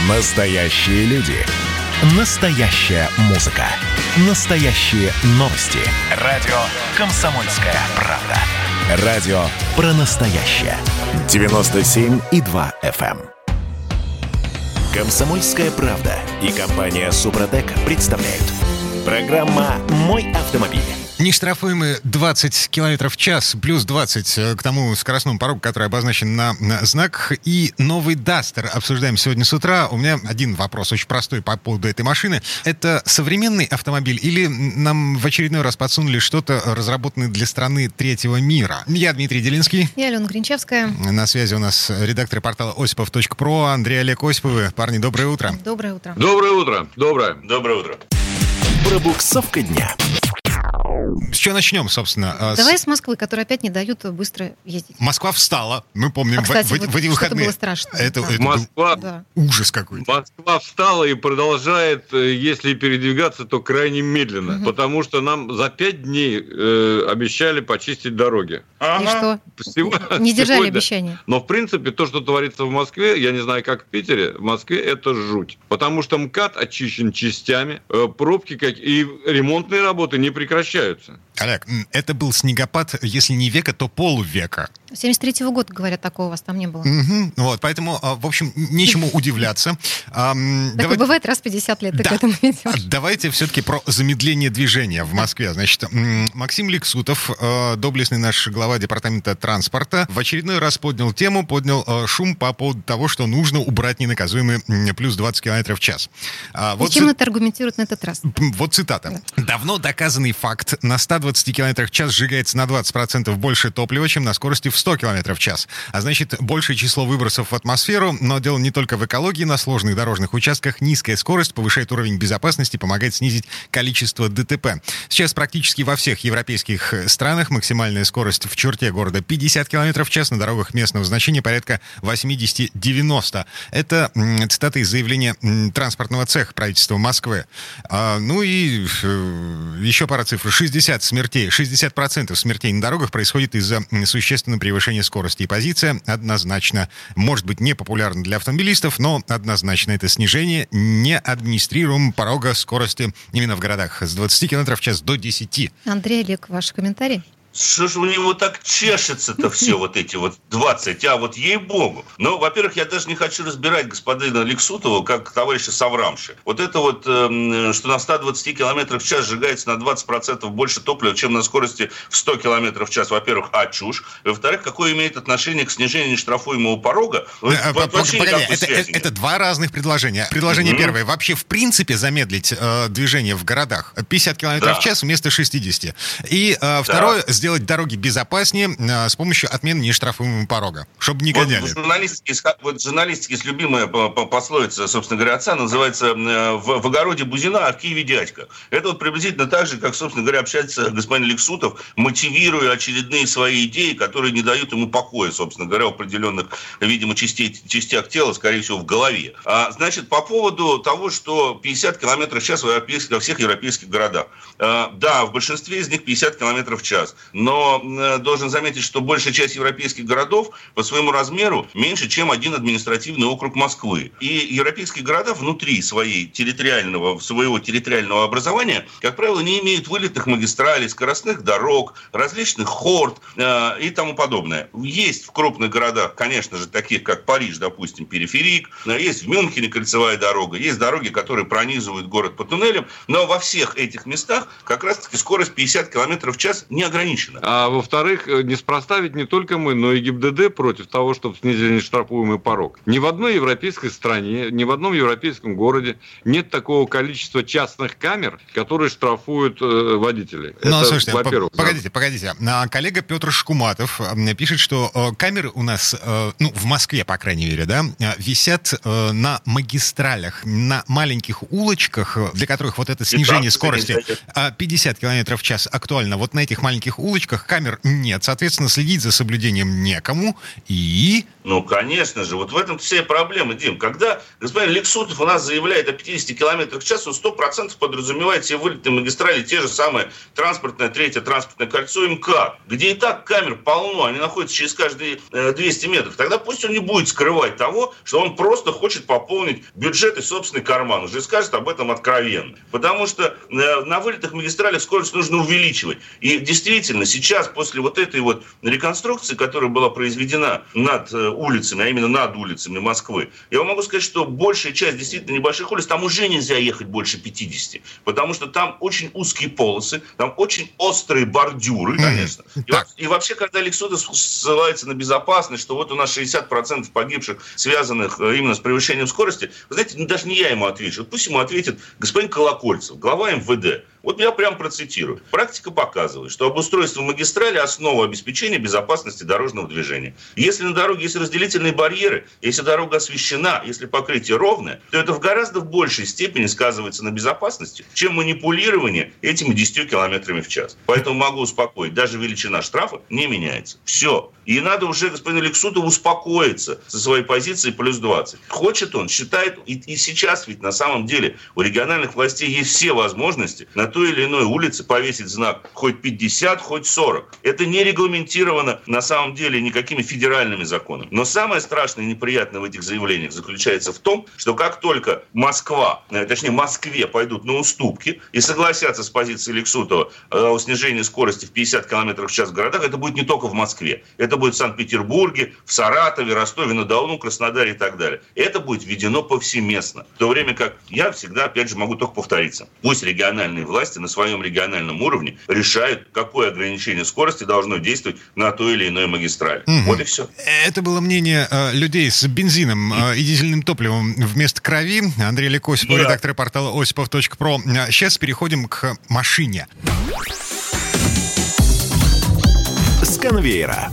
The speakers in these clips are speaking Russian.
Настоящие люди. Настоящая музыка. Настоящие новости. Радио «Комсомольская правда». Радио про настоящее. 97,2 FM. «Комсомольская правда» и компания «Супротек» представляют. Программа «Мой автомобиль». Нештрафуемые 20 км в час, плюс 20 к тому скоростному порогу, который обозначен на знак. И новый Duster обсуждаем сегодня с утра. У меня один вопрос очень простой по поводу этой машины. Это современный автомобиль или нам в очередной раз подсунули что-то, разработанное для страны третьего мира? Я Дмитрий Делинский. Я Алена Гринчевская. На связи у нас редакторы портала Осипов.про Андрей, Олег Осиповы. Парни, доброе утро. Доброе утро. Доброе утро. Доброе утро. Пробуксовка дня. С чего начнем, собственно? Давай с Москвы, которые опять не дают быстро ездить. Москва встала, мы помним, кстати, в эти выходные. было страшно. Это Москва, да. Ужас какой-то. Москва встала и продолжает, если передвигаться, то крайне медленно, потому что нам за 5 дней обещали почистить дороги. И что? Не сдержали обещания. Но, в принципе, то, что творится в Москве, я не знаю, как в Питере, в Москве это жуть. Потому что МКАД очищен частями, пробки и ремонтные работы не прекращаются. Олег, это был снегопад, если не века, то полувека. 73-го года, говорят, такого у вас там не было. Угу. Вот, поэтому, в общем, нечему удивляться. Так бывает раз в 50 лет, ты к этому ведешь. Давайте все-таки про замедление движения в Москве. Значит, Максим Ликсутов, доблестный наш глава департамента транспорта, в очередной раз поднял шум по поводу того, что нужно убрать ненаказуемый плюс 20 км в час. И чем это аргументирует на этот раз? Вот цитата. Да. Давно доказанный факт: на 120 км в час сжигается на 20% больше топлива, чем на скорости в 100 км в час. А значит, большее число выбросов в атмосферу. Но дело не только в экологии. На сложных дорожных участках низкая скорость повышает уровень безопасности, помогает снизить количество ДТП. Сейчас практически во всех европейских странах максимальная скорость в черте города 50 км в час, на дорогах местного значения порядка 80-90. Это цитата из заявления транспортного цеха правительства Москвы. Ну и еще пара цифр. 60% смертей на дорогах происходит из-за существенного превышения скорости. И позиция однозначно может быть непопулярна для автомобилистов, но однозначно это снижение неадминистрируемого порога скорости именно в городах с 20 км в час до 10. Андрей, Олег, ваши комментарии? Что же у него так чешется-то все вот эти вот 20, вот ей-богу. Ну, во-первых, я даже не хочу разбирать господина Ликсутова как товарища Саврамши. Вот это вот, что на 120 км в час сжигается на 20% больше топлива, чем на скорости в 100 км в час, во-первых, чушь. Во-вторых, какое имеет отношение к снижению нештрафуемого порога? Погоди, это два разных предложения. Предложение первое: вообще в принципе замедлить движение в городах 50 км в час вместо 60. И второе: сделать дороги безопаснее с помощью отмены нештрафуемого порога, чтобы не гоняли. Вот журналистики есть любимая пословица, собственно говоря, отца, называется «В огороде бузина, а в Киеве дядька». Это вот приблизительно так же, как, собственно говоря, общается господин Ликсутов, мотивируя очередные свои идеи, которые не дают ему покоя, собственно говоря, в определенных, видимо, частях тела, скорее всего, в голове. Значит, по поводу того, что 50 км в час во всех европейских городах. Да, в большинстве из них 50 км в час. Но должен заметить, что большая часть европейских городов по своему размеру меньше, чем один административный округ Москвы. И европейские города внутри своего территориального образования, как правило, не имеют вылетных магистралей, скоростных дорог, различных хорд и тому подобное. Есть в крупных городах, конечно же, таких как Париж, допустим, периферик, есть в Мюнхене кольцевая дорога, есть дороги, которые пронизывают город по туннелям, но во всех этих местах как раз-таки скорость 50 км в час не ограничена. А во-вторых, неспроста ведь не только мы, но и ГИБДД против того, чтобы снизили нештрафуемый порог. Ни в одной европейской стране, ни в одном европейском городе нет такого количества частных камер, которые штрафуют водителей. Ну, слушайте, погодите. Коллега Петр Шкуматов пишет, что камеры у нас, в Москве, по крайней мере, висят на магистралях, на маленьких улочках, для которых вот это снижение скорости 50 км в час актуально. Вот на этих маленьких улочках улочках камер нет, соответственно, следить за соблюдением некому, и... Ну, конечно же, вот в этом вся проблема, Дим. Когда господин Лексутов у нас заявляет о 50 км в час, он 100% подразумевает все вылетные магистрали, те же самые транспортное, третье транспортное кольцо МКАД, где и так камер полно, они находятся через каждые 200 метров. Тогда пусть он не будет скрывать того, что он просто хочет пополнить бюджет и собственный карман, уже скажет об этом откровенно. Потому что на вылетных магистралях скорость нужно увеличивать. И действительно, сейчас после вот этой вот реконструкции, которая была произведена над улицами, а именно над улицами Москвы, я вам могу сказать, что большая часть действительно небольших улиц, там уже нельзя ехать больше 50, потому что там очень узкие полосы, там очень острые бордюры, конечно. И вообще, когда Лексутов ссылается на безопасность, что вот у нас 60% погибших, связанных именно с превышением скорости, вы знаете, даже не я ему отвечу. Вот пусть ему ответит господин Колокольцев, глава МВД. Вот я прям процитирую. Практика показывает, что обустройство магистрали – основа обеспечения безопасности дорожного движения. Если на дороге есть разделительные барьеры, если дорога освещена, если покрытие ровное, то это в гораздо большей степени сказывается на безопасности, чем манипулирование этими 10 километрами в час. Поэтому могу успокоить, даже величина штрафа не меняется. Все. И надо уже господину Лексутову успокоиться со своей позиции плюс 20. Хочет он, считает, и сейчас ведь на самом деле у региональных властей есть все возможности на той или иной улице повесить знак хоть 50, хоть 40. Это не регламентировано на самом деле никакими федеральными законами. Но самое страшное и неприятное в этих заявлениях заключается в том, что как только Москве пойдут на уступки и согласятся с позицией Лексутова о снижении скорости в 50 км в час в городах, это будет не только в Москве. Это будет в Санкт-Петербурге, в Саратове, Ростове-на-Дону, Краснодаре и так далее. Это будет введено повсеместно. В то время как я всегда, опять же, могу только повториться. Пусть региональные власти на своем региональном уровне решают, какое ограничение скорости должно действовать на той или иной магистрали. Вот и все. Это было мнение людей с бензином и дизельным топливом вместо крови. Андрей Олег Осипов, редактор портала осипов.про. Сейчас переходим к машине. С конвейера.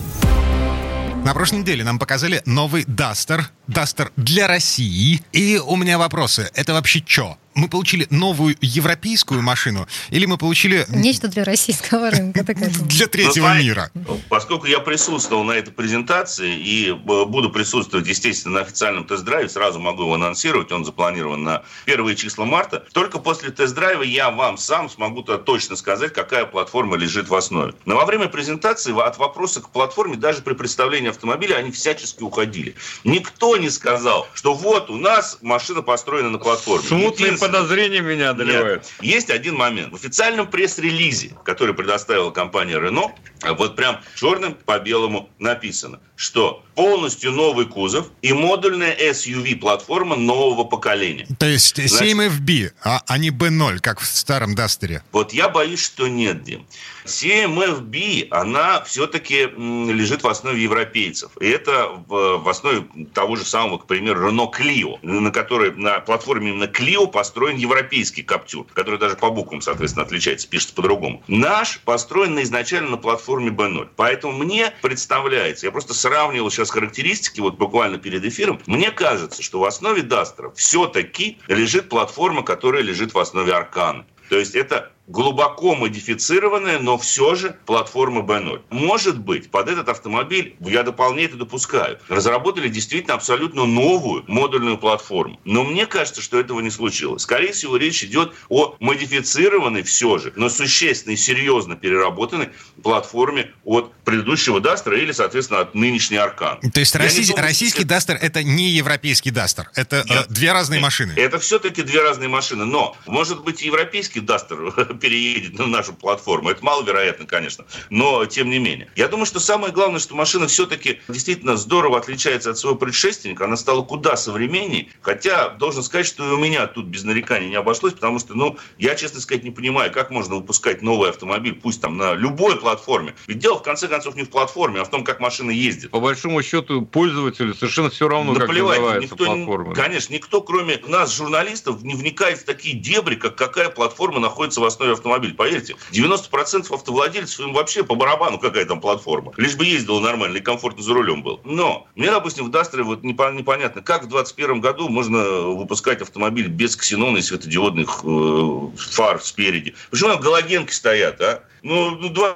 На прошлой неделе нам показали новый Duster для России. И у меня вопросы. Это вообще что? Мы получили новую европейскую машину или мы получили... Нечто для российского рынка. Для третьего мира. Поскольку я присутствовал на этой презентации и буду присутствовать, естественно, на официальном тест-драйве, сразу могу его анонсировать, он запланирован на первые числа марта, только после тест-драйва я вам сам смогу точно сказать, какая платформа лежит в основе. Но во время презентации от вопроса к платформе, даже при представлении автомобиля, они всячески уходили. Никто не сказал, что вот у нас машина построена на платформе. Смутные подозрения меня одолевают. Есть один момент. В официальном пресс-релизе, который предоставила компания Renault, вот прям черным по белому написано, что полностью новый кузов и модульная SUV-платформа нового поколения. То есть CMF-B, а не B0, как в старом Дастере. Вот я боюсь, что нет, Дим. CMF-B, она все-таки лежит в основе европейцев. И это в основе того же самого, к примеру, Renault Clio, на платформе именно Clio построен европейский Captur, который даже по буквам, соответственно, отличается, пишется по-другому. Наш построен изначально на платформе B0. Поэтому мне представляется, я просто сравнивал сейчас характеристики, вот буквально перед эфиром, мне кажется, что в основе Duster все-таки лежит платформа, которая лежит в основе Arkana. То есть это глубоко модифицированная, но все же платформа B0. Может быть, под этот автомобиль, я дополняю это допускаю, разработали действительно абсолютно новую модульную платформу. Но мне кажется, что этого не случилось. Скорее всего, речь идет о модифицированной все же, но существенно и серьезно переработанной платформе от предыдущего Duster или, соответственно, от нынешней Arkana. То есть российский Duster — это не европейский Duster. Это две разные машины. Это все-таки две разные машины. Но, может быть, европейский Duster переедет на нашу платформу. Это маловероятно, конечно, но тем не менее. Я думаю, что самое главное, что машина все-таки действительно здорово отличается от своего предшественника. Она стала куда современнее. Хотя, должен сказать, что и у меня тут без нареканий не обошлось, потому что, я, честно сказать, не понимаю, как можно выпускать новый автомобиль, пусть там на любой платформе. Ведь дело, в конце концов, не в платформе, а в том, как машина ездит. По большому счету, пользователю совершенно все равно, как называется платформа. Конечно, никто, кроме нас, журналистов, не вникает в такие дебри, какая платформа находится в основе автомобиля. Поверьте, 90% автовладельцев им вообще по барабану, какая там платформа. Лишь бы ездила нормально и комфортно за рулем был. Но мне, допустим, в Дастере непонятно, как в 2021 году можно выпускать автомобиль без ксенона и светодиодных фар спереди. Почему там галогенки стоят, а? 20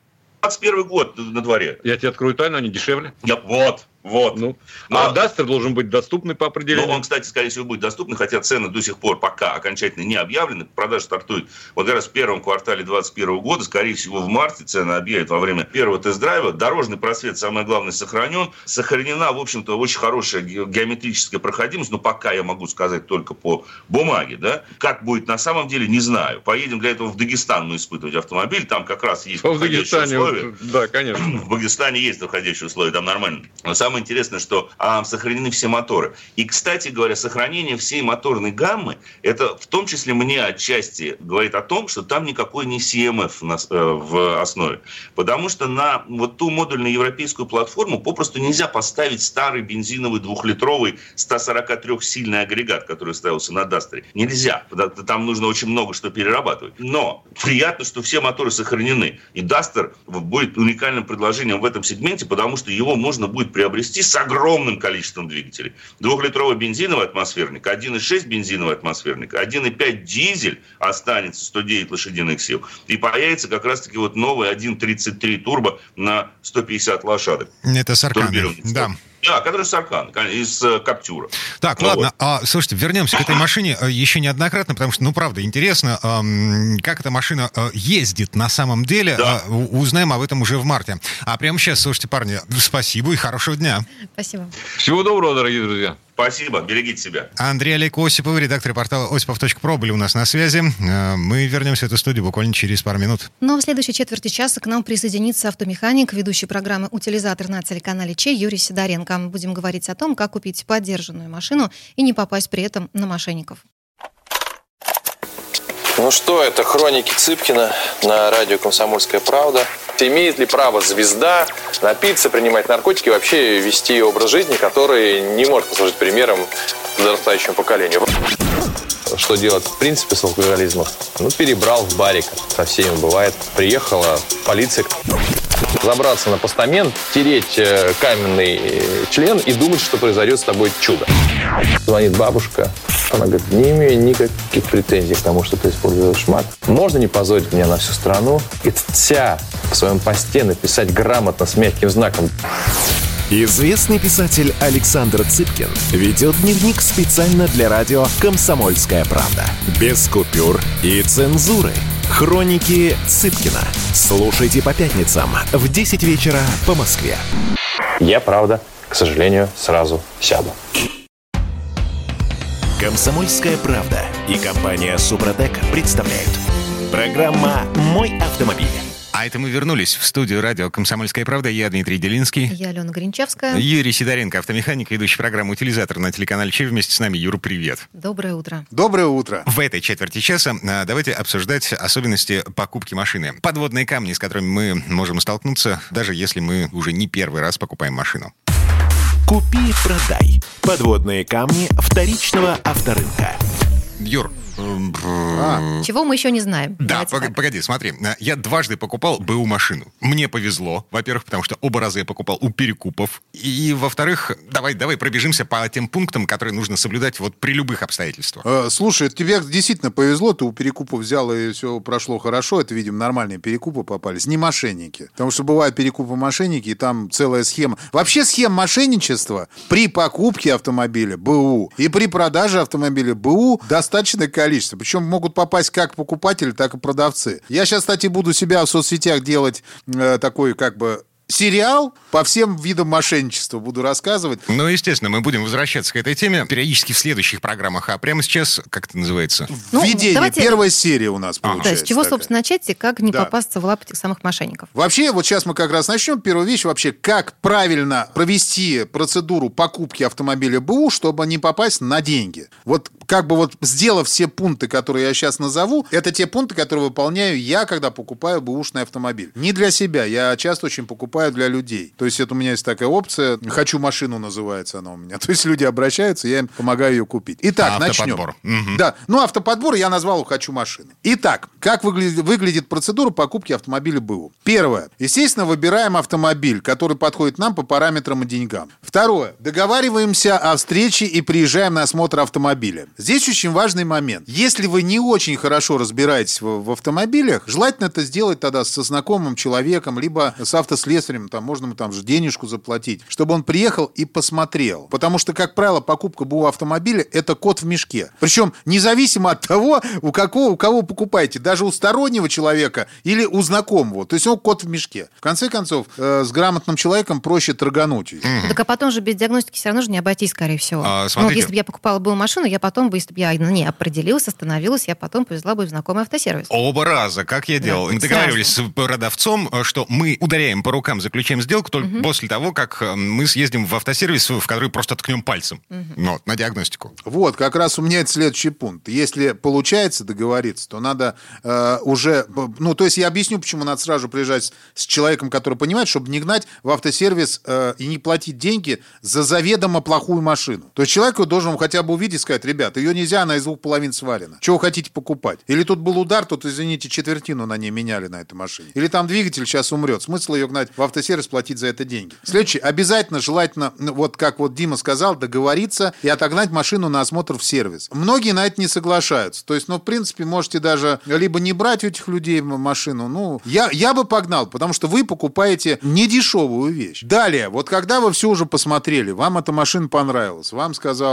21 год на дворе. Я тебе открою тайну, они дешевле. Вот. А Дастер должен быть доступный по определению. Он, кстати, скорее всего, будет доступный, хотя цены до сих пор пока окончательно не объявлены. Продажа стартует вот как раз в первом квартале 2021 года. Скорее всего, в марте цены объявят во время первого тест-драйва. Дорожный просвет, самое главное, сохранен. Сохранена, в общем-то, очень хорошая геометрическая проходимость. Но пока я могу сказать только по бумаге. Да? Как будет на самом деле, не знаю. Поедем для этого в Дагестан мы испытывать автомобиль. Там как раз есть подходящие условия. Да, конечно. В Дагестане есть подходящие условия, там нормально. Но самое интересное, что сохранены все моторы. И, кстати говоря, сохранение всей моторной гаммы, это в том числе мне отчасти говорит о том, что там никакой не CMF в основе. Потому что на вот ту модульную европейскую платформу попросту нельзя поставить старый бензиновый 2-литровый 143-сильный агрегат, который ставился на Дастере. Нельзя. Там нужно очень много что перерабатывать. Но приятно, что все моторы сохранены. И Дастер будет уникальным предложением в этом сегменте, потому что его можно будет приобрести с огромным количеством двигателей. 2-литровый бензиновый атмосферник, 1,6 бензиновый атмосферник, 1,5 дизель останется 109 лошадиных сил. И появится как раз-таки вот новый 1.33 турбо на 150 лошадок. Это Саркан, да. Да, который с Аркана, из Каптюра. Так, ладно. Слушайте, вернемся к этой машине еще неоднократно, потому что, правда, интересно, как эта машина ездит на самом деле. Да. Узнаем об этом уже в марте. А прямо сейчас, слушайте, парни, спасибо и хорошего дня. Спасибо. Всего доброго, дорогие друзья. Спасибо, берегите себя. Андрей Олег Осипов, редактор портала осипов.про, были у нас на связи. Мы вернемся в эту студию буквально через пару минут. Ну а в следующей четверти часа к нам присоединится автомеханик, ведущий программы «Утилизатор» на телеканале Че Юрий Сидоренко. Будем говорить о том, как купить подержанную машину и не попасть при этом на мошенников. Ну что, это хроники Цыпкина на радио «Комсомольская правда». Имеет ли право звезда напиться, принимать наркотики и вообще вести образ жизни, который не может послужить примером подрастающему поколению? Что делать в принципе с алкоголизмом? Перебрал в барик. Со всеми бывает. Приехала полиция. Забраться на постамент, тереть каменный член и думать, что произойдет с тобой чудо. Звонит бабушка. Она говорит, не имею никаких претензий к тому, что ты используешь мат. Можно не позорить меня на всю страну и вся в своем посте написать грамотно с мягким знаком. Известный писатель Александр Цыпкин ведет дневник специально для радио «Комсомольская правда». Без купюр и цензуры. Хроники Цыпкина. Слушайте по пятницам в 10 вечера по Москве. Я, правда, к сожалению, сразу сяду. «Комсомольская правда» и компания «Супротек» представляют. Программа «Мой автомобиль». А это мы вернулись в студию радио «Комсомольская правда». Я Дмитрий Делинский. Я Алена Гринчевская. Юрий Сидоренко, автомеханик, ведущий программу «Утилизатор» на телеканале Че. Вместе с нами. Юр, привет. Доброе утро. Доброе утро. В этой четверти часа давайте обсуждать особенности покупки машины. Подводные камни, с которыми мы можем столкнуться, даже если мы уже не первый раз покупаем машину. Купи-продай. Подводные камни вторичного авторынка. Юр. Чего мы еще не знаем? Да, погоди, смотри. Я дважды покупал БУ машину. Мне повезло, во-первых, потому что оба раза я покупал у перекупов. И, во-вторых, давай пробежимся по тем пунктам, которые нужно соблюдать вот при любых обстоятельствах. Слушай, тебе действительно повезло, ты у перекупов взял, и все прошло хорошо. Это, видимо, нормальные перекупы попались. Не мошенники. Потому что бывают перекупы-мошенники, и там целая схема. Вообще схем мошенничества при покупке автомобиля БУ и при продаже автомобиля БУ достаточное количество. Причем могут попасть как покупатели, так и продавцы. Я сейчас, кстати, буду себя в соцсетях делать такой сериал по всем видам мошенничества буду рассказывать. Ну, естественно, мы будем возвращаться к этой теме периодически в следующих программах. А прямо сейчас, как это называется? Введение. Первая серия у нас получается. То есть, с чего, собственно, начать и как не попасться в лапы этих самых мошенников? Вообще, вот сейчас мы как раз начнем. Первая вещь вообще, как правильно провести процедуру покупки автомобиля БУ, чтобы не попасть на деньги. Вот сделав все пункты, которые я сейчас назову, это те пункты, которые выполняю я, когда покупаю бэушный автомобиль. Не для себя, я часто очень покупаю для людей. То есть это у меня есть такая опция, «Хочу машину» называется она у меня. То есть люди обращаются, я им помогаю ее купить. Итак, начнем. Автоподбор. Угу. Да, автоподбор я назвал «Хочу машины». Итак, как выглядит процедура покупки автомобиля БУ? Первое. Естественно, выбираем автомобиль, который подходит нам по параметрам и деньгам. Второе. Договариваемся о встрече и приезжаем на осмотр автомобиля. Здесь очень важный момент. Если вы не очень хорошо разбираетесь в автомобилях, желательно это сделать тогда со знакомым человеком, либо с автослесарем, там можно там же денежку заплатить, чтобы он приехал и посмотрел. Потому что, как правило, покупка БУ автомобиля – это кот в мешке. Причем независимо от того, у кого покупаете, даже у стороннего человека или у знакомого. То есть он кот в мешке. В конце концов, с грамотным человеком проще торгануть. Так а потом же без диагностики все равно же не обойтись, скорее всего. Если бы я покупала бы машину, я потом бы, если бы я не определилась, остановилась, я потом повезла бы в знакомый автосервис. Оба раза, как я делал. Мы договаривались с продавцом, что мы ударяем по рукам, заключаем сделку только после того, как мы съездим в автосервис, в который просто ткнем пальцем на диагностику. Вот, как раз у меня это следующий пункт. Если получается договориться, то надо уже... Ну, то есть я объясню, почему надо сразу приезжать с человеком, который понимает, чтобы не гнать в автосервис и не платить деньги за заведомо плохую машину. То есть человек должен хотя бы увидеть и сказать: ребят, ее нельзя, она из 2,5 сварена. Чего вы хотите покупать? Или тут был удар, тут, извините, четвертину на ней меняли на этой машине. Или там двигатель сейчас умрет. Смысл ее гнать в автосервис, платить за это деньги. Следующее. Обязательно, желательно, вот как вот Дима сказал, договориться и отогнать машину на осмотр в сервис. Многие на это не соглашаются. То есть, в принципе, можете даже либо не брать у этих людей машину. Я бы погнал, потому что вы покупаете недешевую вещь. Далее, вот когда вы все уже посмотрели, вам эта машина понравилась, вам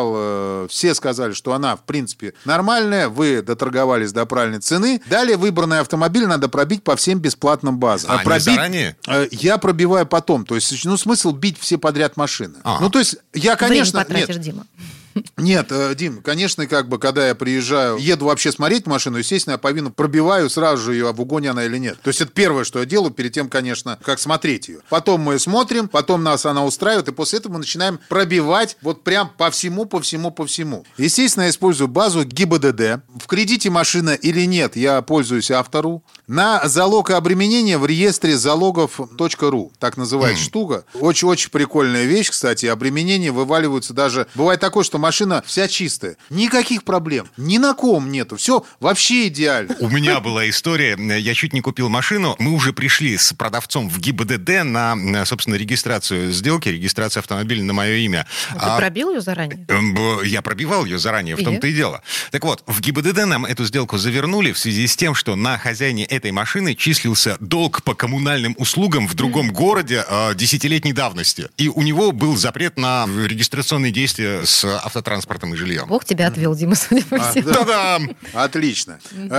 все сказали, что она, в принципе, нормальная, вы доторговались до правильной цены. Далее выбранный автомобиль надо пробить по всем бесплатным базам. Не заранее? Я пробиваю потом. То есть, смысл бить все подряд машины. То есть, я, конечно... Время потратишь, Дима. Нет, Дим, конечно, когда я приезжаю, еду вообще смотреть машину, естественно, я по вину пробиваю сразу же ее, в угоне она или нет. То есть это первое, что я делаю перед тем, конечно, как смотреть ее. Потом мы смотрим, потом нас она устраивает, и после этого мы начинаем пробивать вот прям по всему. Естественно, я использую базу ГИБДД. В кредите машина или нет, я пользуюсь Авто.ру. На залог и обременение в реестре залогов.ру, так называется штука. Очень-очень прикольная вещь, кстати. Обременения вываливаются даже... Бывает такое, что машина вся чистая. Никаких проблем. Ни на ком нету. Все вообще идеально. У меня была история. Я чуть не купил машину. Мы уже пришли с продавцом в ГИБДД на, собственно, регистрацию сделки, регистрацию автомобиля на мое имя. Ты пробил ее заранее? Я пробивал ее заранее, в том-то и дело. Так вот, в ГИБДД нам эту сделку завернули в связи с тем, что на хозяине этой машины числился долг по коммунальным услугам в другом городе 10-летней давности. И у него был запрет на регистрационные действия с автотранспортом и жильем. Бог тебя отвел, Дима, судя по всему. Да-да. Отлично.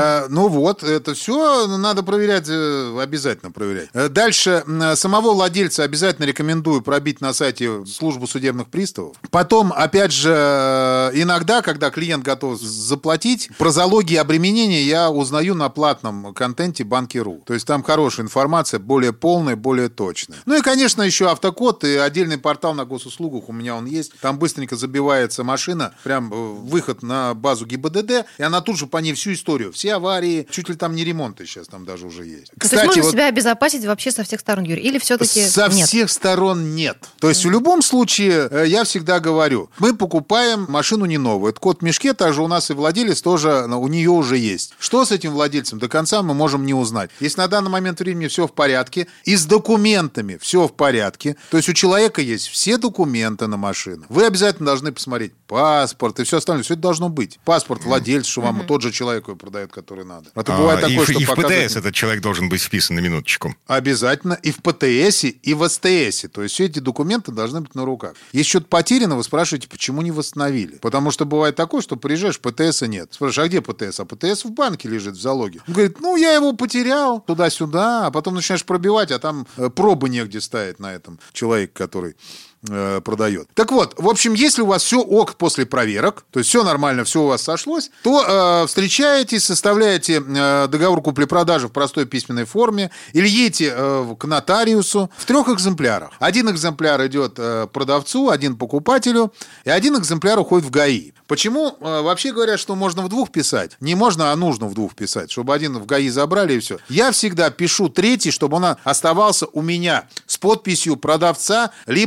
Это все надо проверять, обязательно проверять. Дальше самого владельца обязательно рекомендую пробить на сайте службу судебных приставов. Потом, опять же, иногда, когда клиент готов заплатить, про залоги и обременения я узнаю на платном контенте Банки.ру. То есть там хорошая информация, более полная, более точная. И, конечно, еще автокод и отдельный портал на госуслугах у меня он есть. Там быстренько забивается машина, прям выход на базу ГИБДД, и она тут же по ней всю историю. Все аварии, чуть ли там не ремонты сейчас там даже уже есть. Кстати, то есть можно себя обезопасить вообще со всех сторон, Юрий? Или все-таки со нет? Всех сторон нет. То есть в любом случае, я всегда говорю, мы покупаем машину не новую. Это кот в мешке, также у нас и владелец тоже, у нее уже есть. Что с этим владельцем до конца мы можем не узнать. Если на данный момент времени все в порядке, и с документами все в порядке, то есть у человека есть все документы на машину, вы обязательно должны посмотреть паспорт и все остальное. Все это должно быть. Паспорт владельца, что вам тот же человек его продает, который надо. Это бывает такое, что и в показывает... ПТС этот человек должен быть вписан на минуточку. Обязательно. И в ПТСе, и в СТСе. То есть все эти документы должны быть на руках. Если что-то потеряно, вы спрашиваете, почему не восстановили. Потому что бывает такое, что приезжаешь, ПТСа нет. Спрашиваешь, а где ПТС? А ПТС в банке лежит, в залоге. Он говорит, я его потерял туда-сюда. А потом начинаешь пробивать, а там пробы негде ставить на этом человек, который продает. Так вот, в общем, если у вас все ок после проверок, то есть все нормально, все у вас сошлось, то встречаетесь, составляете договор купли-продажи в простой письменной форме или едете к нотариусу в 3 экземплярах. 1 экземпляр идет продавцу, 1 покупателю, и 1 экземпляр уходит в ГАИ. Почему? Вообще говорят, что можно в 2 писать. Не можно, а нужно в 2 писать, чтобы 1 в ГАИ забрали и все. Я всегда пишу 3, чтобы он оставался у меня с подписью продавца, либо покупателя,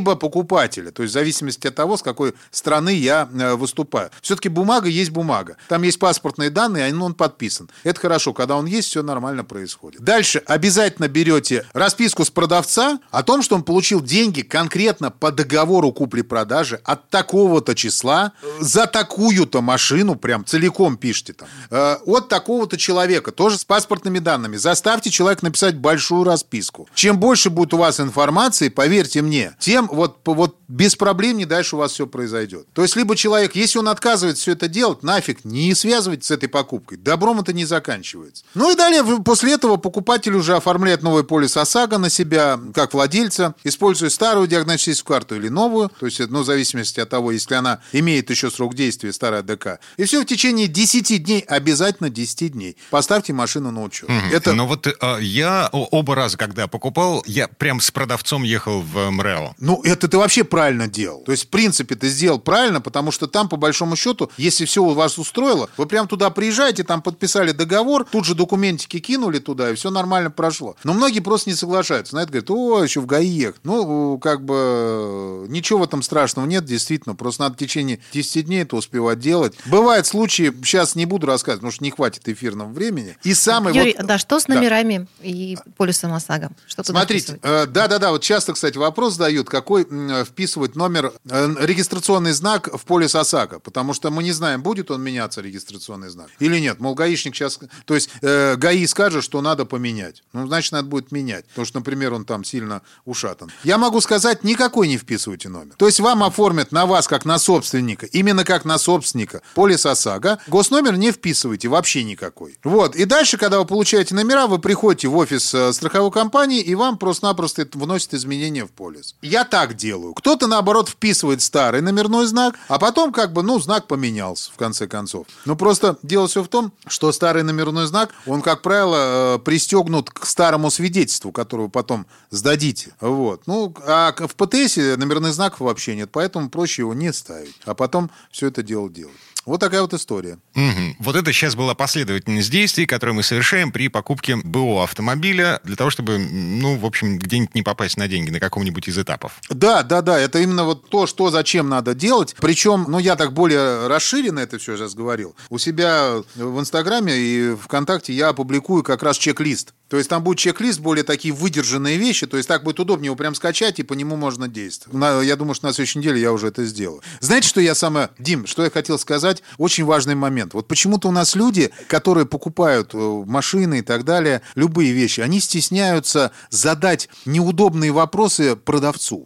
покупателя. То есть в зависимости от того, с какой страны я выступаю. Все-таки бумага есть бумага. Там есть паспортные данные, он подписан. Это хорошо. Когда он есть, все нормально происходит. Дальше обязательно берете расписку с продавца о том, что он получил деньги конкретно по договору купли-продажи от такого-то числа за такую-то машину, прям целиком пишите там, от такого-то человека, тоже с паспортными данными. Заставьте человека написать большую расписку. Чем больше будет у вас информации, поверьте мне, тем вот без проблем не дальше у вас все произойдет. То есть либо человек, если он отказывается все это делать, нафиг, не связывайтесь с этой покупкой. Добром это не заканчивается. Ну и далее, после этого покупатель уже оформляет новый полис ОСАГО на себя, как владельца, используя старую диагностическую карту или новую, то есть, в зависимости от того, если она имеет еще срок действия, старая ДК. И все в течение 10 дней, обязательно 10 дней. Поставьте машину на учет. Это... Но вот я оба раза, когда покупал, я прям с продавцом ехал в МРЭО. Ну, это ты вообще правильно делал. То есть, в принципе, ты сделал правильно, потому что там, по большому счету, если все у вас устроило, вы прям туда приезжаете, там подписали договор, тут же документики кинули туда, и все нормально прошло. Но многие просто не соглашаются. На это говорят, еще в ГАИ ехать. Ну, как бы, ничего в этом страшного нет, действительно. Просто надо в течение 10 дней это успевать делать. Бывают случаи, сейчас не буду рассказывать, потому что не хватит эфирного времени. И самый Юрий, что с номерами и полисом ОСАГО? Что туда Смотрите, вписывать? да, вот часто, кстати, вопрос задают, какой вписывать номер, регистрационный знак в полис ОСАГО, потому что мы не знаем, будет он меняться, регистрационный знак, или нет. Мол, гаишник сейчас, то есть ГАИ скажет, что надо поменять. Ну, значит, надо будет менять, потому что, например, он там сильно ушатан. Я могу сказать, никакой не вписывайте номер. То есть вам оформят на вас, как на собственника, именно как на собственника, полис ОСАГО, госномер не вписывайте, вообще никакой. Вот, и дальше, когда вы получаете номера, вы приходите в офис страховой компании, и вам просто-напросто вносят изменения в полис. Я так делаю. Кто-то, наоборот, вписывает старый номерной знак, а потом, знак поменялся, в конце концов. Но просто дело все в том, что старый номерной знак, он, как правило, пристегнут к старому свидетельству, которое вы потом сдадите. Вот. Ну, а в ПТСе номерных знаков вообще нет, поэтому проще его не ставить, а потом все это дело делать. Вот такая вот история. Угу. Вот это сейчас была последовательность действий, которые мы совершаем при покупке БУ автомобиля для того, чтобы, в общем, где-нибудь не попасть на деньги на каком-нибудь из этапов. Да, это именно вот то, что зачем надо делать. Причем, я так более расширенно это все сейчас говорил. У себя в Инстаграме и ВКонтакте я опубликую как раз чек-лист. То есть там будет чек-лист, более такие выдержанные вещи, то есть так будет удобнее его прям скачать, и по нему можно действовать. Я думаю, что на следующей неделе я уже это сделаю. Знаете, что Дим, что я хотел сказать? Очень важный момент. Вот почему-то у нас люди, которые покупают машины и так далее, любые вещи, они стесняются задать неудобные вопросы продавцу.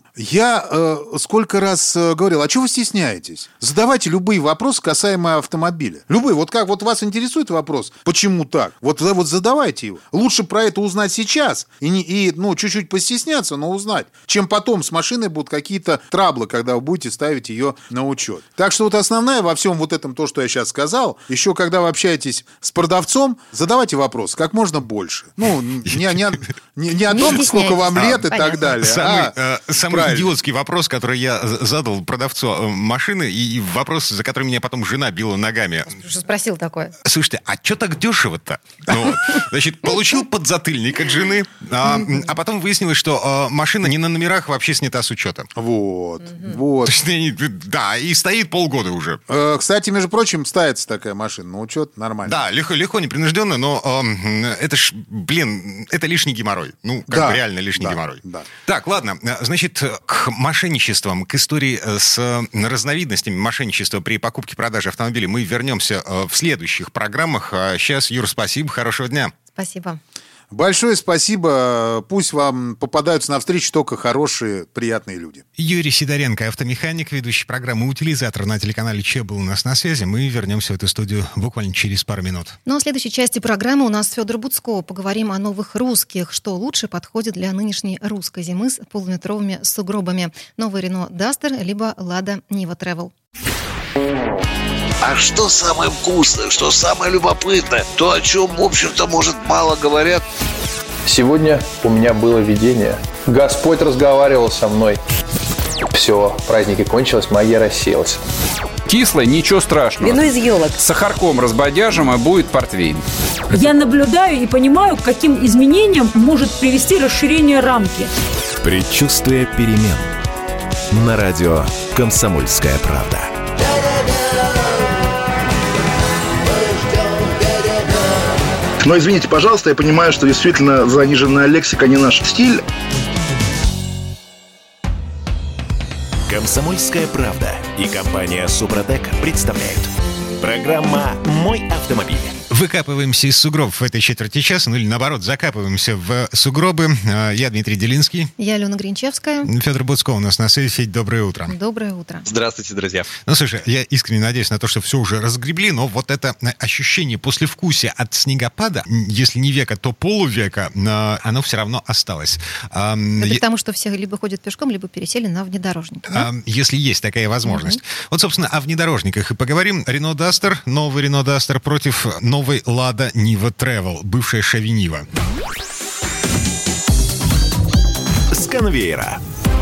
Я сколько раз говорил, а чего вы стесняетесь? Задавайте любые вопросы, касаемо автомобиля. Любые. Вот как вот вас интересует вопрос, почему так? Вот задавайте его. Лучше про это узнать сейчас и чуть-чуть постесняться, но узнать, чем потом с машиной будут какие-то траблы, когда вы будете ставить ее на учет. Так что вот основное во всем вот этом то, что я сейчас сказал, еще когда вы общаетесь с продавцом, задавайте вопрос как можно больше. Не о том, сколько вам лет и так далее. Самый идиотский вопрос, который я задал продавцу машины, и вопрос, за который меня потом жена била ногами. Что спросил такое? Слушайте, а что так дешево-то? Значит, получил подзатыльник от жены, а потом выяснилось, что машина не на номерах вообще снята с учета. Вот. Да, и стоит полгода уже. Кстати, между прочим, ставится такая машина на учет нормально. Да, легко, непринужденно, но это ж, это лишний геморрой. Реально лишний геморрой. Да. Так, ладно, значит, к мошенничествам, к истории с разновидностями мошенничества при покупке-продаже автомобиля мы вернемся в следующих программах. А сейчас, Юр, спасибо, хорошего дня. Спасибо. Большое спасибо. Пусть вам попадаются навстречу только хорошие, приятные люди. Юрий Сидоренко, автомеханик, ведущий программы «Утилизатор» на телеканале ЧЕ был у нас на связи. Мы вернемся в эту студию буквально через пару минут. Ну а в следующей части программы у нас Федор Буцко. Поговорим о новых русских, что лучше подходит для нынешней русской зимы с полуметровыми сугробами. Новый Renault Duster либо Lada Niva Travel. А что самое вкусное, что самое любопытное, то, о чем, в общем-то, может, мало говорят? Сегодня у меня было видение. Господь разговаривал со мной. Все, праздники кончились, магия рассеялась. Кислое, ничего страшного. Вино из елок. С сахарком разбодяжим, и будет портвейн. Я наблюдаю и понимаю, к каким изменениям может привести расширение рамки. Предчувствие перемен. на радио «Комсомольская правда». Но извините, пожалуйста, я понимаю, что действительно заниженная лексика не наш стиль. «Комсомольская правда» и компания «Супротек» представляют. Программа «Мой автомобиль». Выкапываемся из сугробов в этой четверти часа, ну или наоборот, закапываемся в сугробы. Я Дмитрий Делинский. Я Алена Гринчевская. Федор Буцко у нас на связи. Федь, доброе утро. Доброе утро. Здравствуйте, друзья. Ну, слушай, я искренне надеюсь на то, что все уже разгребли, но вот это ощущение послевкусия от снегопада, если не века, то полувека, оно все равно осталось. Это потому, что все либо ходят пешком, либо пересели на внедорожники. Да? Если есть такая возможность. Вот, собственно, о внедорожниках и поговорим. Renault Duster, новый Renault Duster против новой Lada Niva Travel, бывшая Chevy Niva. С конвейера.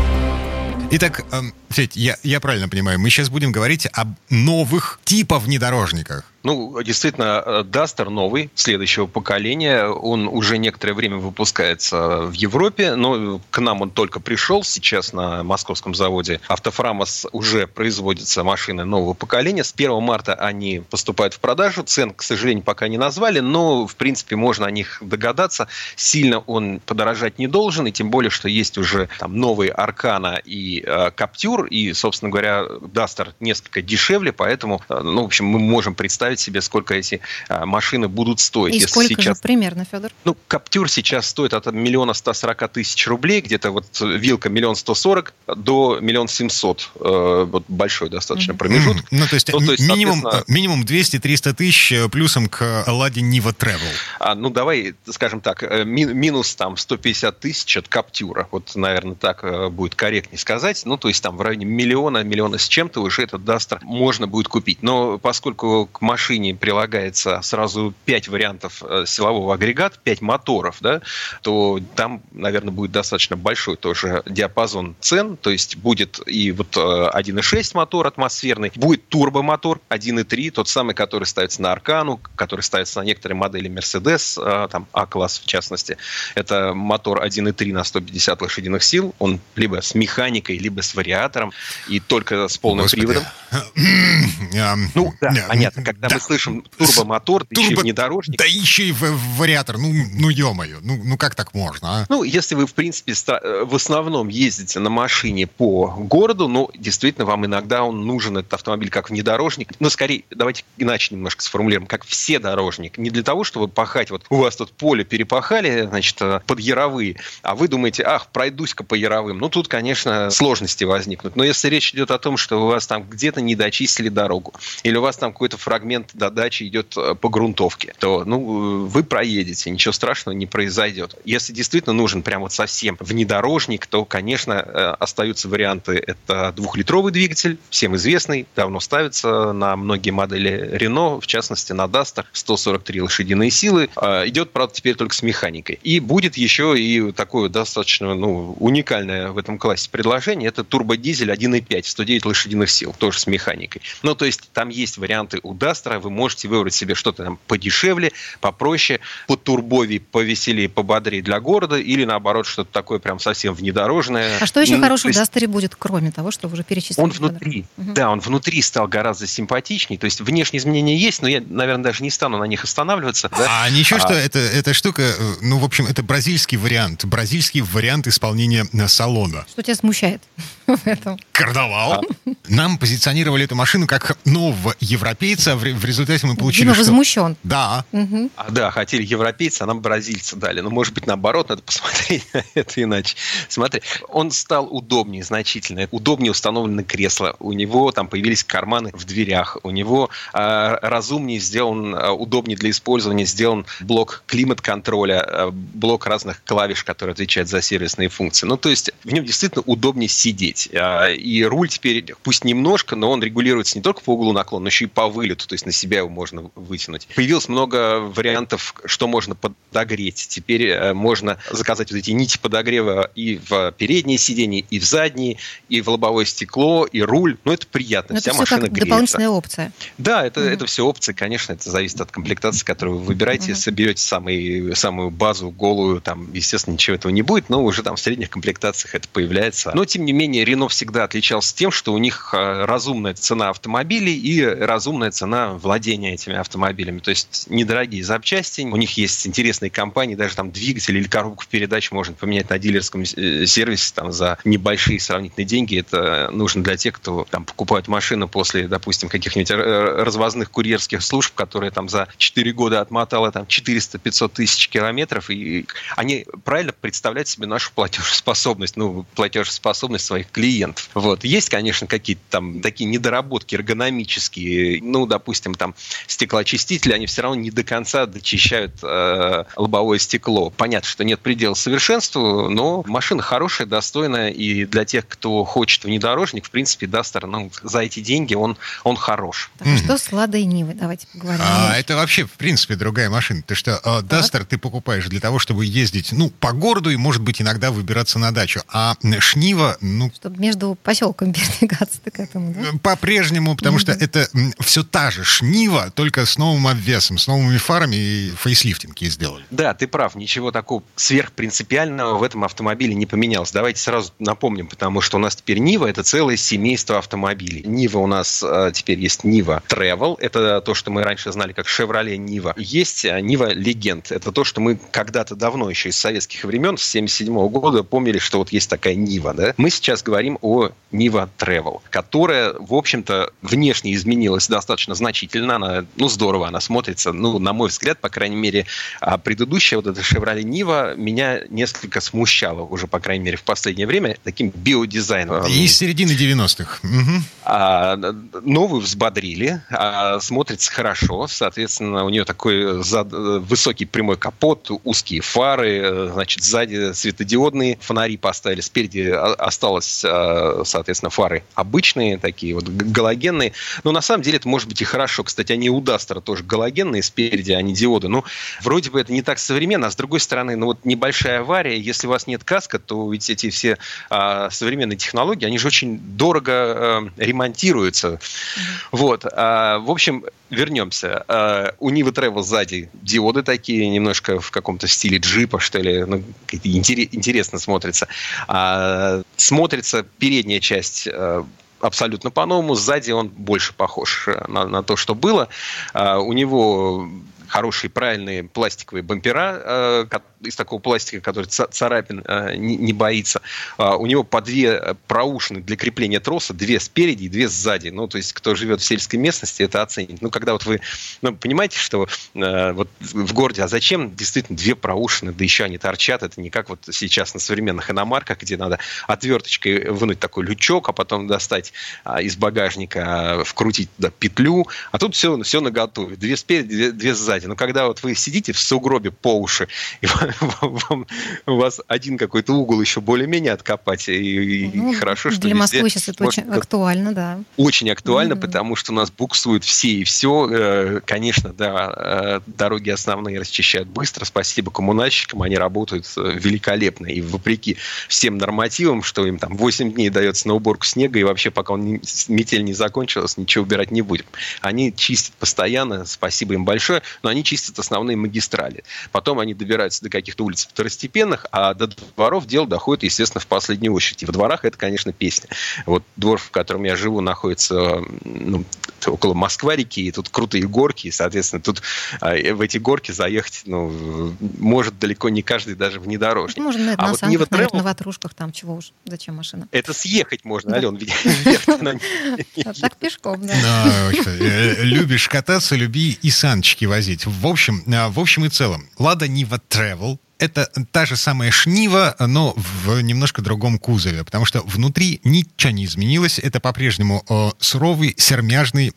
Итак, Федь, я правильно понимаю, мы сейчас будем говорить об новых типах внедорожниках. Ну, действительно, Duster новый, следующего поколения. Он уже некоторое время выпускается в Европе, но к нам он только пришел. Сейчас на московском заводе «Автофрамос» уже производятся машины нового поколения. С 1 марта они поступают в продажу. Цен, к сожалению, пока не назвали, но, в принципе, можно о них догадаться. Сильно он подорожать не должен, и тем более, что есть уже там новые Аркана и Каптюр, и, собственно говоря, Duster несколько дешевле, поэтому, ну, в общем, мы можем представить себе, сколько эти машины будут стоить. И если сколько сейчас... же примерно, Федор? Ну, Каптюр сейчас стоит от 1 140 000 рублей, где-то вот вилка 1 140 000 до 1 700 000. Вот большой достаточно промежуток. Ну, то есть, минимум 200-300 тысяч плюсом к Lada Niva Travel. Ну, давай, скажем так, минус там 150 000 от Каптюра. Вот, наверное, так будет корректнее сказать. Ну, то есть там в районе миллиона с чем-то уже этот Duster можно будет купить. Но поскольку к машине прилагается сразу 5 вариантов силового агрегата, 5 моторов, да, то там, наверное, будет достаточно большой тоже диапазон цен. То есть будет и вот 1.6 мотор атмосферный, будет турбомотор 1.3, тот самый, который ставится на Аркану, который ставится на некоторые модели Mercedes, там А-класс в частности. Это мотор 1.3 на 150 лошадиных сил. Он либо с механикой, либо с вариатором, и только с полным приводом. Ну, да, понятно. Когда мы слышим турбомотор, да еще и внедорожник. Да еще и вариатор. Ну ё-моё, ну как так можно, а? Ну, если вы, в принципе, в основном ездите на машине по городу, ну, действительно, вам иногда он нужен, этот автомобиль, как внедорожник. Но, скорее, давайте иначе немножко сформулируем, как вседорожник. Не для того, чтобы пахать, вот у вас тут поле перепахали, значит, под яровые, а вы думаете, пройдусь-ка по яровым. Ну, тут, конечно, сложности возникнут. Но если речь идет о том, что у вас там где-то не дочистили дорогу, или у вас там какой-то фрагмент до дачи идет по грунтовке, то, ну, вы проедете, ничего страшного не произойдет. Если действительно нужен прям вот совсем внедорожник, то, конечно, остаются варианты. Это 2-литровый двигатель, всем известный, давно ставится на многие модели Renault, в частности, на Duster, 143 лошадиные силы. Идет, правда, теперь только с механикой. И будет еще и такое достаточно, ну, уникальное в этом классе предложение. Это турбодизель 1.5, 109 лошадиных сил, тоже с механикой. Ну, то есть там есть варианты у Duster, вы можете выбрать себе что-то там подешевле, попроще, потурбовее, повеселее, пободрее для города, или наоборот, что-то такое прям совсем внедорожное. А что еще хорошего в Дастере будет, кроме того, что вы уже перечислили? Он внутри, да, он внутри стал гораздо симпатичнее, то есть внешние изменения есть, но я, наверное, даже не стану на них останавливаться. Да? А ничего, что эта штука, ну, в общем, это бразильский вариант исполнения салона. Что тебя смущает в этом? Карнавал. Нам позиционировали эту машину как нового европейца, в результате мы получили, Дима возмущен. Да. Да, хотели европейца, а нам бразильца дали. Ну, может быть, наоборот, надо посмотреть на это иначе. Смотри, он стал удобнее значительно. Удобнее установлены кресла. У него там появились карманы в дверях. У него разумнее сделан, удобнее для использования сделан блок климат-контроля, блок разных клавиш, которые отвечают за сервисные функции. Ну, то есть в нем действительно удобнее сидеть. И руль теперь, пусть немножко, но он регулируется не только по углу наклона, но еще и по вылету. То есть на себя его можно вытянуть. Появилось много вариантов, что можно подогреть. Теперь можно заказать вот эти нити подогрева и в передние сиденья, и в задние, и в лобовое стекло, и руль. Ну, это приятно. Вся машина греется. Это все дополнительная опция. Да, это все опции, конечно. Это зависит от комплектации, которую вы выбираете. Если берете самую базу, голую, там, естественно, ничего этого не будет, но уже там в средних комплектациях это появляется. Но, тем не менее, Renault всегда отличался тем, что у них разумная цена автомобилей и разумная цена владения этими автомобилями. То есть недорогие запчасти. У них есть интересные компании, даже там двигатель или коробку передач можно поменять на дилерском сервисе там, за небольшие сравнительные деньги. Это нужно для тех, кто там покупает машину после, допустим, каких-нибудь развозных курьерских служб, которые там за 4 года отмотала там 400-500 тысяч километров. И они правильно представляют себе нашу платежеспособность, платежеспособность своих клиентов. Вот. Есть, конечно, какие-то там такие недоработки эргономические. Допустим, там стеклоочистители, они все равно не до конца дочищают лобовое стекло. Понятно, что нет предела совершенству, но машина хорошая, достойная, и для тех, кто хочет внедорожник, в принципе, Дастер, за эти деньги он хорош. Так, что с Ладой Нивой? Давайте поговорим. Это вообще, в принципе, другая машина. Ты что, Дастер ты покупаешь для того, чтобы ездить, по городу и, может быть, иногда выбираться на дачу. А Шнива, чтобы между поселками передвигаться к этому, да? По-прежнему, потому что это все та же Шнива, только с новым обвесом, с новыми фарами и фейслифтинг ей сделали. Да, ты прав, ничего такого сверхпринципиального в этом автомобиле не поменялось. Давайте сразу напомним, потому что у нас теперь Нива — это целое семейство автомобилей. Нива у нас теперь есть Нива Travel, это то, что мы раньше знали как Chevrolet Нива. Есть Нива Legend, это то, что мы когда-то давно, еще из советских времен, с 1977 года, помнили, что вот есть такая Нива. Да? Мы сейчас говорим о Нива Travel, которая, в общем-то, внешне изменилась достаточно значительно. Она, здорово, она смотрится, на мой взгляд, по крайней мере, предыдущая вот эта Chevrolet Нива меня несколько смущала уже, по крайней мере, в последнее время, таким биодизайном. И с середины 90-х. Угу. Новую взбодрили, смотрится хорошо, соответственно, у нее такой высокий прямой капот, узкие фары, значит, сзади светодиодные фонари поставили, спереди осталось, соответственно, фары обычные, такие вот галогенные, но на самом деле это может быть и хорошо. Кстати, они у Дастера тоже галогенные спереди, а не диоды. Вроде бы это не так современно, а с другой стороны, небольшая авария, если у вас нет каска, то ведь эти все современные технологии, они же очень дорого ремонтируются. Вот. В общем, вернемся. У Нивы Travel сзади диоды такие, немножко в каком-то стиле джипа, что ли. Интересно смотрится. Смотрится передняя часть абсолютно по-новому. Сзади он больше похож на то, что было. У него хорошие, правильные пластиковые бампера из такого пластика, который царапин не боится. У него по 2 проушины для крепления троса, 2 спереди и 2 сзади. То есть, кто живет в сельской местности, это оценит. Когда вот вы понимаете, что вот в городе, а зачем действительно 2 проушины, да еще они торчат, это не как вот сейчас на современных иномарках, где надо отверточкой вынуть такой лючок, а потом достать из багажника, вкрутить туда петлю, а тут все наготове. 2 спереди, 2 сзади. Но когда вот вы сидите в сугробе по уши, и у вас один какой-то угол еще более-менее откопать, и хорошо, что для Москвы сейчас это очень актуально, да. Очень актуально, потому что у нас буксуют все и все. Конечно, да, дороги основные расчищают быстро. Спасибо коммунальщикам, они работают великолепно. И вопреки всем нормативам, что им там 8 дней дается на уборку снега, и вообще пока метель не закончилась, ничего убирать не будем. Они чистят постоянно, спасибо им большое, но они чистят основные магистрали. Потом они добираются до каких-то улиц второстепенных, а до дворов дело доходит, естественно, в последнюю очередь. И во дворах это, конечно, песня. Вот двор, в котором я живу, находится около Москва-реки, и тут крутые горки, и, соответственно, тут в эти горки заехать, может далеко не каждый, даже внедорожник. Можно на санках, наверное, на ватрушках, там чего уж, зачем машина? Это съехать можно, Ален, так пешком, да. Любишь кататься, люби и саночки возить. В общем и целом, Лада Нива Travel — это та же самая Шнива, но в немножко другом кузове, потому что внутри ничего не изменилось. Это по-прежнему суровый, сермяжный,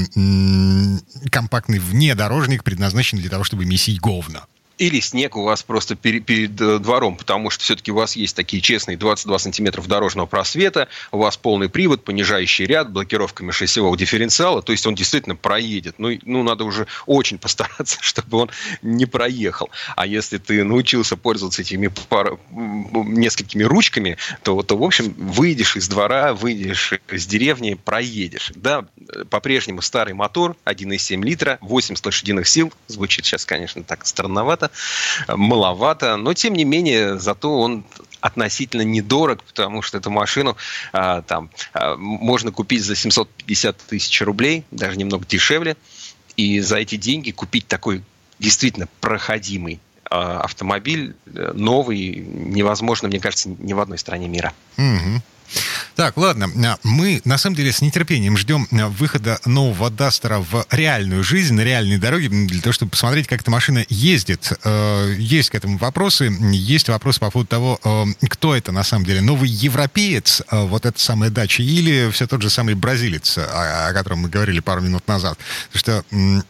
компактный внедорожник, предназначенный для того, чтобы месить говна. Или снег у вас просто перед двором, потому что все-таки у вас есть такие честные 22 сантиметров дорожного просвета, у вас полный привод, понижающий ряд, блокировками шоссевого дифференциала, то есть он действительно проедет. Надо уже очень постараться, чтобы он не проехал. А если ты научился пользоваться этими несколькими ручками, то, в общем, выйдешь из двора, выйдешь из деревни, проедешь. Да, по-прежнему старый мотор, 1,7 литра, 80 лошадиных сил, звучит сейчас, конечно, так странновато, да, маловато, но тем не менее, зато он относительно недорог, потому что эту машину можно купить за 750 тысяч рублей, даже немного дешевле, и за эти деньги купить такой действительно проходимый автомобиль, новый, невозможно, мне кажется, ни в одной стране мира. Угу. Так, ладно, мы на самом деле с нетерпением ждем выхода нового Дастера в реальную жизнь, на реальной дороге, для того, чтобы посмотреть, как эта машина ездит. Есть к этому вопросы. Есть вопросы по поводу того, кто это на самом деле. Новый европеец, вот эта самая дача, или все тот же самый бразилец, о котором мы говорили пару минут назад. Потому что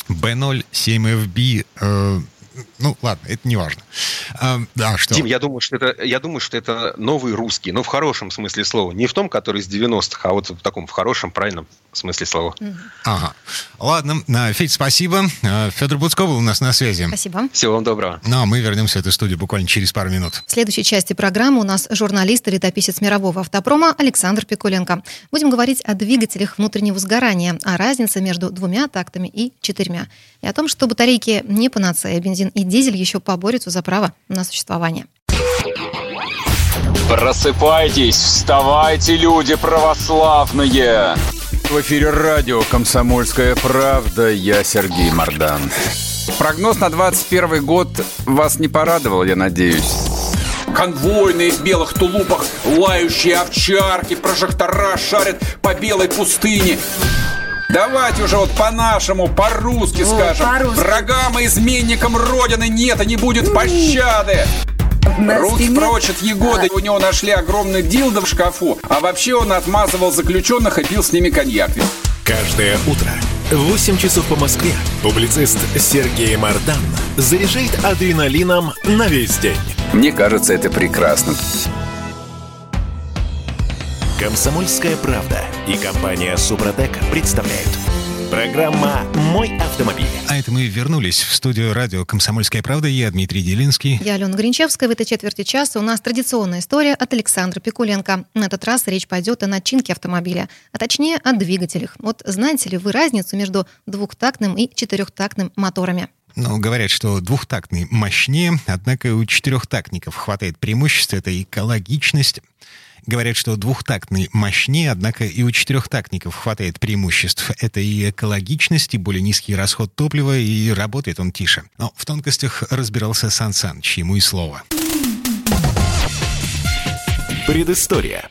B07FB... Ну, ладно, это не важно. Что? Дим, я думаю, что это новый русский, но в хорошем смысле слова. Не в том, который из 90-х, а вот в таком в хорошем, правильном смысле слова. Ага. Ладно, Федь, спасибо. Федор Буцко был у нас на связи. Спасибо. Всего вам доброго. Ну, а мы вернемся в эту студию буквально через пару минут. В следующей части программы у нас журналист и летописец мирового автопрома Александр Пикуленко. Будем говорить о двигателях внутреннего сгорания, о разнице между 2 тактами и 4. И о том, что батарейки не панацея, бензин и дизель еще поборются за право на существование. Просыпайтесь, вставайте, люди православные! В эфире радио «Комсомольская правда». Я Сергей Мордан. Прогноз на 21 год вас не порадовал, я надеюсь. Конвойные в белых тулупах, лающие овчарки, прожектора шарят по белой пустыне. Давайте уже вот по-нашему, по-русски скажем. По-русски. Врагам и изменникам Родины нет и не будет пощады. Руки прочь от Егоды. У него нашли огромный дилдо в шкафу. А вообще он отмазывал заключенных и пил с ними коньяк. Каждое утро в 8 часов по Москве публицист Сергей Мордан заряжает адреналином на весь день. Мне кажется, это прекрасно. «Комсомольская правда» и компания «Супротек» представляют. Программа «Мой автомобиль». А это мы вернулись в студию радио «Комсомольская правда». Я Дмитрий Делинский. Я Алена Гринчевская. В этой четверти часа у нас традиционная история от Александра Пикуленко. На этот раз речь пойдет о начинке автомобиля, а точнее о двигателях. Вот знаете ли вы разницу между 2-тактным и 4-тактным моторами? Ну, говорят, что 2-тактный мощнее, однако у 4-тактников хватает преимуществ, это экологичность. Говорят, что 2-тактный мощнее, однако и у 4-тактников хватает преимуществ. Это и экологичность, и более низкий расход топлива, и работает он тише. Но в тонкостях разбирался Сан Саныч, ему и слово. Предыстория.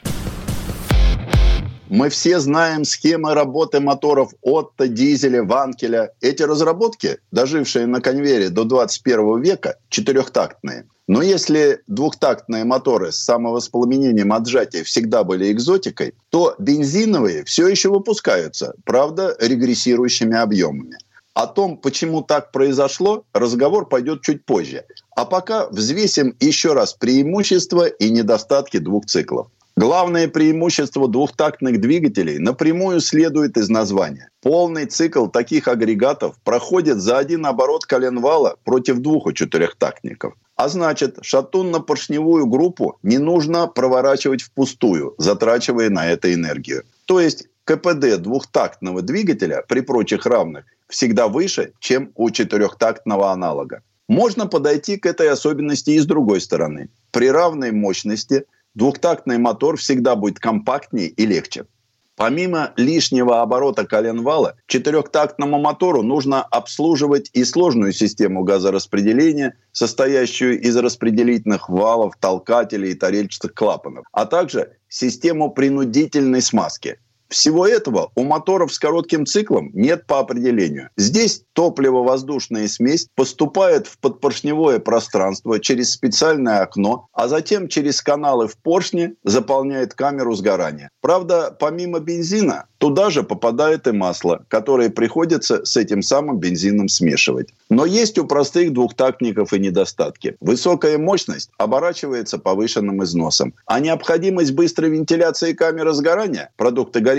Мы все знаем схемы работы моторов Отто, Дизеля, Ванкеля. Эти разработки, дожившие на конвейере до 21 века, 4-тактные. Но если 2-тактные моторы с самовоспламенением от сжатия всегда были экзотикой, то бензиновые все еще выпускаются, правда, регрессирующими объемами. О том, почему так произошло, разговор пойдет чуть позже. А пока взвесим еще раз преимущества и недостатки 2 циклов. Главное преимущество 2-тактных двигателей напрямую следует из названия. Полный цикл таких агрегатов проходит за 1 оборот коленвала против 2 у 4-тактников. А значит, шатунно-поршневую группу не нужно проворачивать впустую, затрачивая на это энергию. То есть КПД 2-тактного двигателя при прочих равных всегда выше, чем у 4-тактного аналога. Можно подойти к этой особенности и с другой стороны. При равной мощности 2-тактный мотор всегда будет компактнее и легче. Помимо лишнего оборота коленвала, 4-тактному мотору нужно обслуживать и сложную систему газораспределения, состоящую из распределительных валов, толкателей и тарельчатых клапанов, а также систему принудительной смазки. Всего этого у моторов с коротким циклом нет по определению. Здесь топливо-воздушная смесь поступает в подпоршневое пространство через специальное окно, а затем через каналы в поршне заполняет камеру сгорания. Правда, помимо бензина, туда же попадает и масло, которое приходится с этим самым бензином смешивать. Но есть у простых 2-тактников и недостатки. Высокая мощность оборачивается повышенным износом, а необходимость быстрой вентиляции камеры сгорания, продукты горения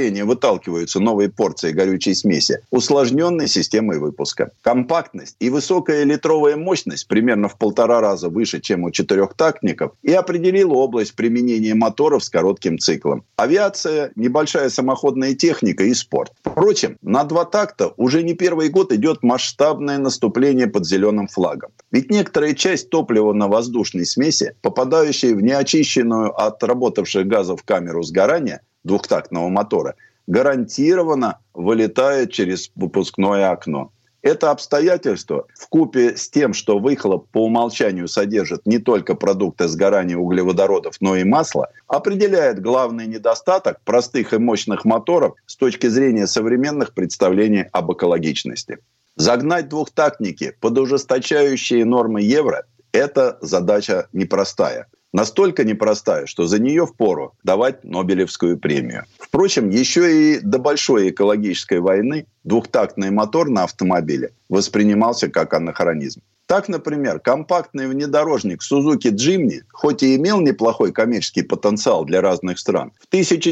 управления выталкиваются новые порции горючей смеси усложненной системой выпуска. Компактность и высокая литровая мощность примерно в 1,5 раза выше, чем у четырехтактников, и определила область применения моторов с коротким циклом. Авиация, небольшая самоходная техника и спорт. Впрочем, на 2 такта уже не первый год идет масштабное наступление под зеленым флагом. Ведь некоторая часть топлива на воздушной смеси, попадающая в неочищенную от работавших газов камеру сгорания двухтактного мотора, гарантированно вылетает через выпускное окно. Это обстоятельство, вкупе с тем, что выхлоп по умолчанию содержит не только продукты сгорания углеводородов, но и масло, определяет главный недостаток простых и мощных моторов с точки зрения современных представлений об экологичности. Загнать двухтактники под ужесточающие нормы Евро – это задача непростая. Настолько непростая, что за нее впору давать Нобелевскую премию. Впрочем, еще и до большой экологической войны двухтактный мотор на автомобиле воспринимался как анахронизм. Так, например, компактный внедорожник Suzuki Jimny, хоть и имел неплохой коммерческий потенциал для разных стран, в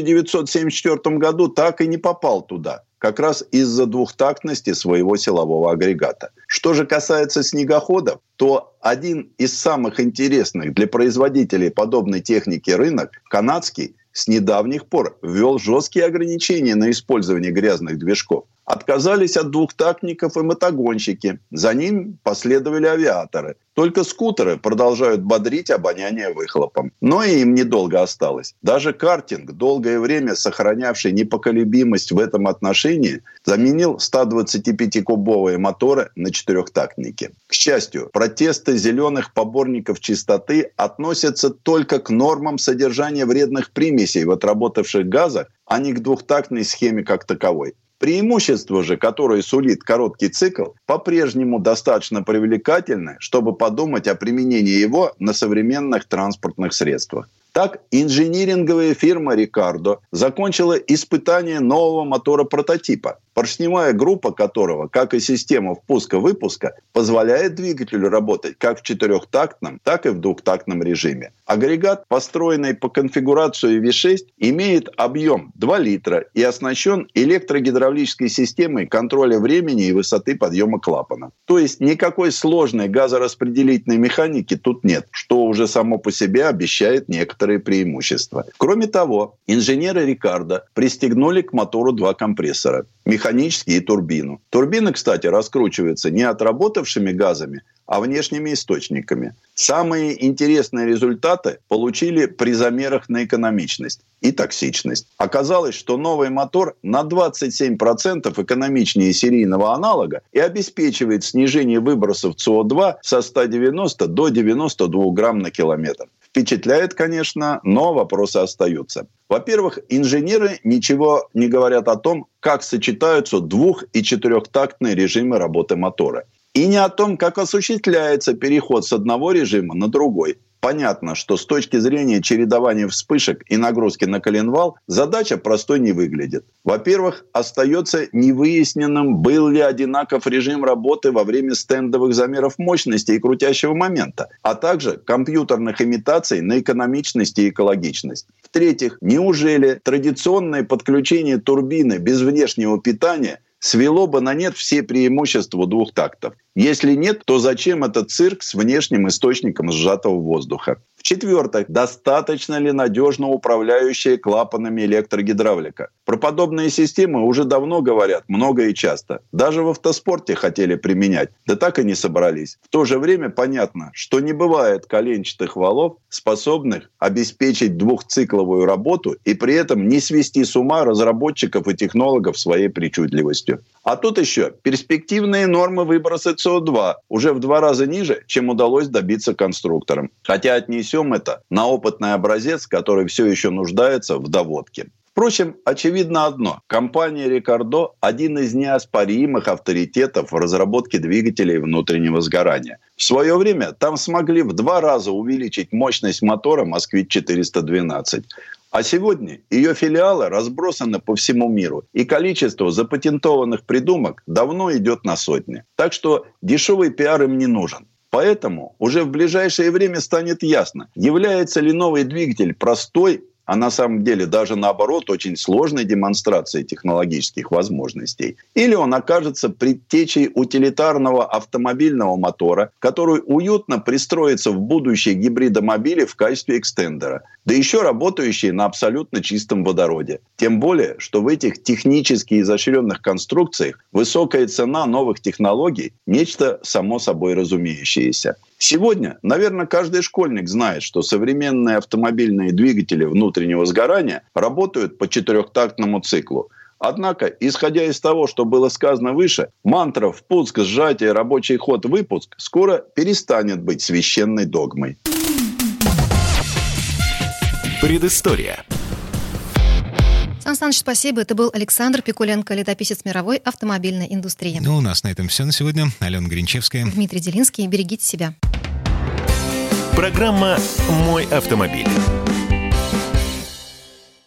1974 году так и не попал туда, как раз из-за двухтактности своего силового агрегата. Что же касается снегоходов, то один из самых интересных для производителей подобной техники рынок, канадский, с недавних пор ввел жесткие ограничения на использование грязных движков. Отказались от двухтактников и мотогонщики. За ним последовали авиаторы. Только скутеры продолжают бодрить обоняние выхлопом. Но и им недолго осталось. Даже картинг, долгое время сохранявший непоколебимость в этом отношении, заменил 125-кубовые моторы на четырехтактники. К счастью, протесты зеленых поборников чистоты относятся только к нормам содержания вредных примесей в отработавших газах, а не к двухтактной схеме как таковой. Преимущество же, которое сулит короткий цикл, по-прежнему достаточно привлекательно, чтобы подумать о применении его на современных транспортных средствах. Так, инжиниринговая фирма Ricardo закончила испытание нового мотора-прототипа, поршневая группа которого, как и система впуска-выпуска, позволяет двигателю работать как в четырехтактном, так и в двухтактном режиме. Агрегат, построенный по конфигурации V6, имеет объем 2 литра и оснащен электрогидравлической системой контроля времени и высоты подъема клапана. То есть никакой сложной газораспределительной механики тут нет, что уже само по себе обещает некоторые преимущества. Кроме того, инженеры Ricardo пристегнули к мотору 2 компрессора – механический и турбину. Турбина, кстати, раскручивается не отработавшими газами, а внешними источниками. Самые интересные результаты получили при замерах на экономичность и токсичность. Оказалось, что новый мотор на 27% экономичнее серийного аналога и обеспечивает снижение выбросов СО2 со 190 до 92 грамм на километр. Впечатляет, конечно, но вопросы остаются. Во-первых, инженеры ничего не говорят о том, как сочетаются двух- и четырехтактные режимы работы мотора. И не о том, как осуществляется переход с одного режима на другой. Понятно, что с точки зрения чередования вспышек и нагрузки на коленвал задача простой не выглядит. Во-первых, остается невыясненным, был ли одинаков режим работы во время стендовых замеров мощности и крутящего момента, а также компьютерных имитаций на экономичность и экологичность. В-третьих, неужели традиционное подключение турбины без внешнего питания свело бы на нет все преимущества двух тактов? Если нет, то зачем этот цирк с внешним источником сжатого воздуха? В-четвертых, достаточно ли надежно управляющая клапанами электрогидравлика? Про подобные системы уже давно говорят, много и часто. Даже в автоспорте хотели применять, да так и не собрались. В то же время понятно, что не бывает коленчатых валов, способных обеспечить двухцикловую работу и при этом не свести с ума разработчиков и технологов своей причудливостью. А тут еще перспективные нормы выброса СО2 уже в 2 раза ниже, чем удалось добиться конструкторам. Хотя отнесем это на опытный образец, который все еще нуждается в доводке. Впрочем, очевидно одно. Компания Ricardo – один из неоспоримых авторитетов в разработке двигателей внутреннего сгорания. В свое время там смогли в 2 раза увеличить мощность мотора «Москвич-412». А сегодня ее филиалы разбросаны по всему миру, и количество запатентованных придумок давно идет на сотни. Так что дешевый пиар им не нужен. Поэтому уже в ближайшее время станет ясно, является ли новый двигатель простой а на самом деле даже наоборот очень сложной демонстрацией технологических возможностей, или он окажется предтечей утилитарного автомобильного мотора, который уютно пристроится в будущие гибридомобили в качестве экстендера, да еще работающие на абсолютно чистом водороде. Тем более, что в этих технически изощренных конструкциях высокая цена новых технологий – нечто само собой разумеющееся. Сегодня, наверное, каждый школьник знает, что современные автомобильные двигатели внутреннего сгорания работают по четырехтактному циклу. Однако, исходя из того, что было сказано выше, мантра «впуск, сжатие, рабочий ход, выпуск» скоро перестанет быть священной догмой. Предыстория. Сан Саныч, спасибо. Это был Александр Пикуленко, летописец мировой автомобильной индустрии. Ну, у нас на этом все на сегодня. Алена Гринчевская. Дмитрий Делинский. Берегите себя. Программа «Мой автомобиль».